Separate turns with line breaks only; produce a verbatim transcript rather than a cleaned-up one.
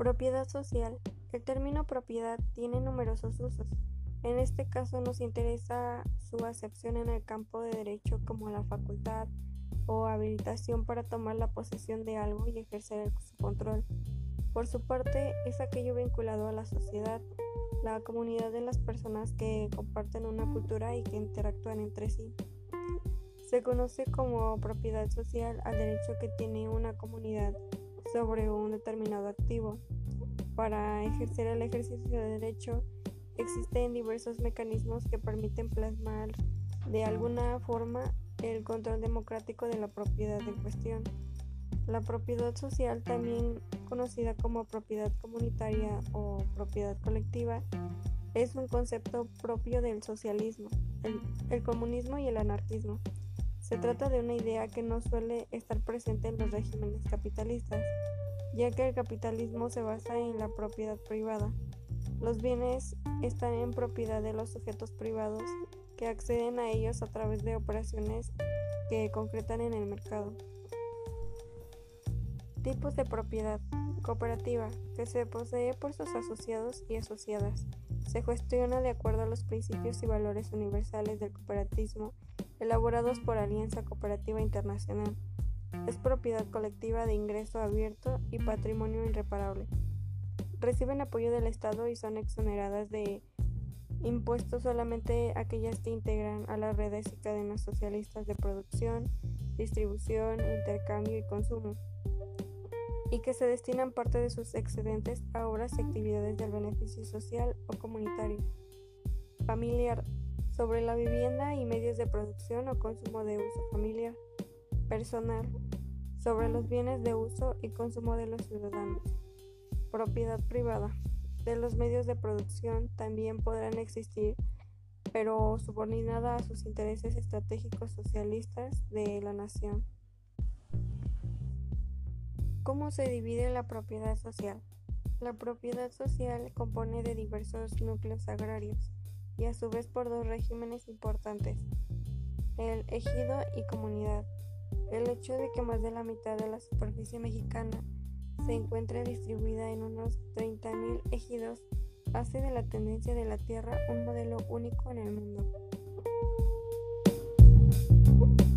Propiedad social. El término propiedad tiene numerosos usos. En este caso nos interesa su acepción en el campo de derecho como la facultad o habilitación para tomar la posesión de algo y ejercer su control. Por su parte, es aquello vinculado a la sociedad, la comunidad de las personas que comparten una cultura y que interactúan entre sí. Se conoce como propiedad social al derecho que tiene una comunidad sobre un determinado activo. Para ejercer el ejercicio de derecho, existen diversos mecanismos que permiten plasmar de alguna forma el control democrático de la propiedad en cuestión. La propiedad social, también conocida como propiedad comunitaria o propiedad colectiva, es un concepto propio del socialismo, el, el comunismo y el anarquismo. Se trata de una idea que no suele estar presente en los regímenes capitalistas, ya que el capitalismo se basa en la propiedad privada. Los bienes están en propiedad de los sujetos privados que acceden a ellos a través de operaciones que concretan en el mercado. Tipos de propiedad. Cooperativa, que se posee por sus asociados y asociadas. Se gestiona de acuerdo a los principios y valores universales del cooperativismo elaborados por Alianza Cooperativa Internacional. Es propiedad colectiva de ingreso abierto y patrimonio irreparable. Reciben apoyo del Estado y son exoneradas de impuestos solamente aquellas que integran a las redes y cadenas socialistas de producción, distribución, intercambio y consumo, y que se destinan parte de sus excedentes a obras y actividades del beneficio social o comunitario. Familiar, sobre la vivienda y medios de producción o consumo de uso familiar. Personal, sobre los bienes de uso y consumo de los ciudadanos. Propiedad privada, de los medios de producción también podrán existir, pero subordinada a sus intereses estratégicos socialistas de la nación. ¿Cómo se divide la propiedad social? La propiedad social compone de diversos núcleos agrarios y a su vez por dos regímenes importantes, el ejido y comunidad. El hecho de que más de la mitad de la superficie mexicana se encuentre distribuida en unos treinta mil ejidos hace de la tendencia de la tierra un modelo único en el mundo.